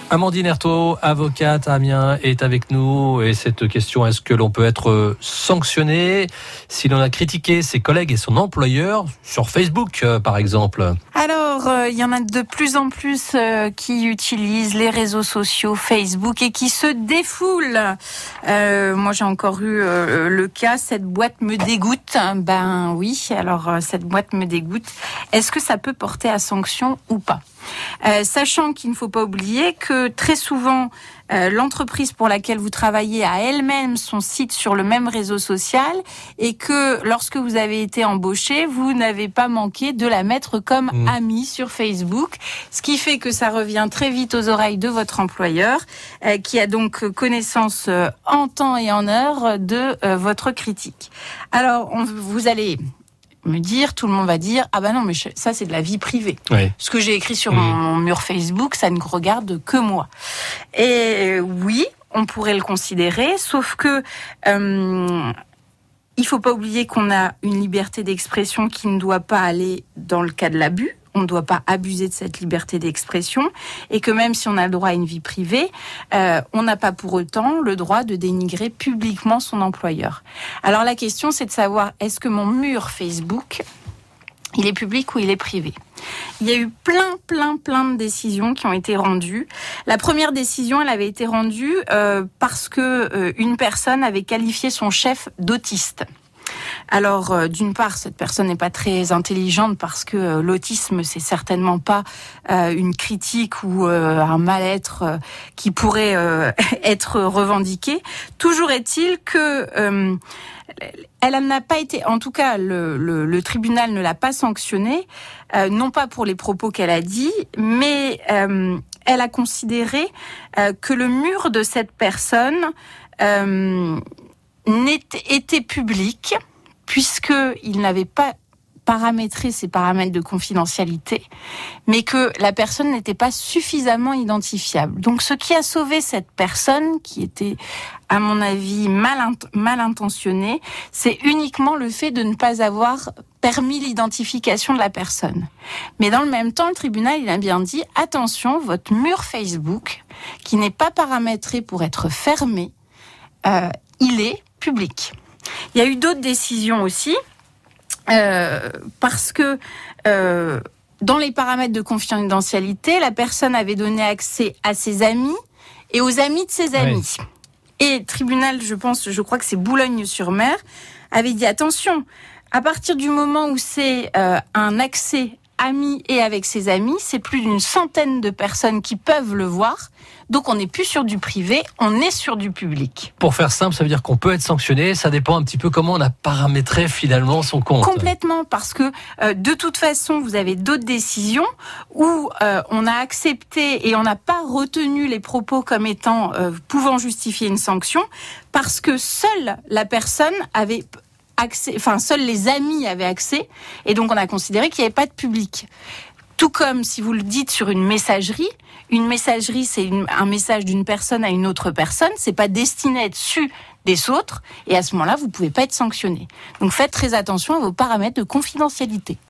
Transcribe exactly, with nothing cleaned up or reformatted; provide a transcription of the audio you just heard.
Amandine Ertaud, avocate à Amiens, est avec nous. Et cette question, est-ce que l'on peut être sanctionné si l'on a critiqué ses collègues et son employeur sur Facebook, euh, par exemple? Alors, euh, il y en a de plus en plus euh, qui utilisent les réseaux sociaux, Facebook, et qui se défoulent. Euh, moi, j'ai encore eu euh, le cas, cette boîte me dégoûte. Ben oui, alors euh, cette boîte me dégoûte. Est-ce que ça peut porter à sanction ou pas ? Euh, sachant qu'il ne faut pas oublier que très souvent, euh, l'entreprise pour laquelle vous travaillez a elle-même son site sur le même réseau social et que lorsque vous avez été embauché, vous n'avez pas manqué de la mettre comme mmh. amie sur Facebook, ce qui fait que ça revient très vite aux oreilles de votre employeur, euh, qui a donc connaissance euh, en temps et en heure de euh, votre critique. Alors, on, vous allez... me dire, tout le monde va dire, ah ben non, mais ça c'est de la vie privée. Oui. Ce que j'ai écrit sur mmh. mon mur Facebook, ça ne regarde que moi. Et oui, on pourrait le considérer, sauf que euh, il faut pas oublier qu'on a une liberté d'expression qui ne doit pas aller dans le cas de l'abus. On ne doit pas abuser de cette liberté d'expression et que même si on a le droit à une vie privée, euh, on n'a pas pour autant le droit de dénigrer publiquement son employeur. Alors la question, c'est de savoir, est-ce que mon mur Facebook, il est public ou il est privé ? Il y a eu plein, plein, plein de décisions qui ont été rendues. La première décision, elle avait été rendue euh, parce que euh, une personne avait qualifié son chef d'autiste. Alors, euh, d'une part, cette personne n'est pas très intelligente parce que euh, l'autisme, c'est certainement pas euh, une critique ou euh, un mal-être euh, qui pourrait euh, être revendiqué. Toujours est-il que euh, elle n'a pas été, en tout cas, le, le, le tribunal ne l'a pas sanctionnée, euh, non pas pour les propos qu'elle a dit, mais euh, elle a considéré euh, que le mur de cette personne euh, n'était, était public, puisqu'il n'avait pas paramétré ses paramètres de confidentialité, mais que la personne n'était pas suffisamment identifiable. Donc, ce qui a sauvé cette personne, qui était, à mon avis, mal, int- mal intentionnée, c'est uniquement le fait de ne pas avoir permis l'identification de la personne. Mais dans le même temps, le tribunal, il a bien dit, attention, votre mur Facebook, qui n'est pas paramétré pour être fermé, euh, il est public. Il y a eu d'autres décisions aussi, euh, parce que euh, dans les paramètres de confidentialité, la personne avait donné accès à ses amis et aux amis de ses amis. Oui. Et le tribunal, je pense, je crois que c'est Boulogne-sur-Mer, avait dit attention, à partir du moment où c'est euh, un accès amis et avec ses amis, c'est plus d'une centaine de personnes qui peuvent le voir. Donc, on n'est plus sur du privé, on est sur du public. Pour faire simple, ça veut dire qu'on peut être sanctionné. Ça dépend un petit peu comment on a paramétré finalement son compte. Complètement, parce que euh, de toute façon, vous avez d'autres décisions où euh, on a accepté et on n'a pas retenu les propos comme étant euh, pouvant justifier une sanction, parce que seule la personne avait... accès, enfin, seuls les amis avaient accès, et donc on a considéré qu'il n'y avait pas de public. Tout comme si vous le dites sur une messagerie, une messagerie, c'est une, un message d'une personne à une autre personne, c'est pas destiné à être su des autres, et à ce moment-là, vous pouvez pas être sanctionné. Donc faites très attention à vos paramètres de confidentialité.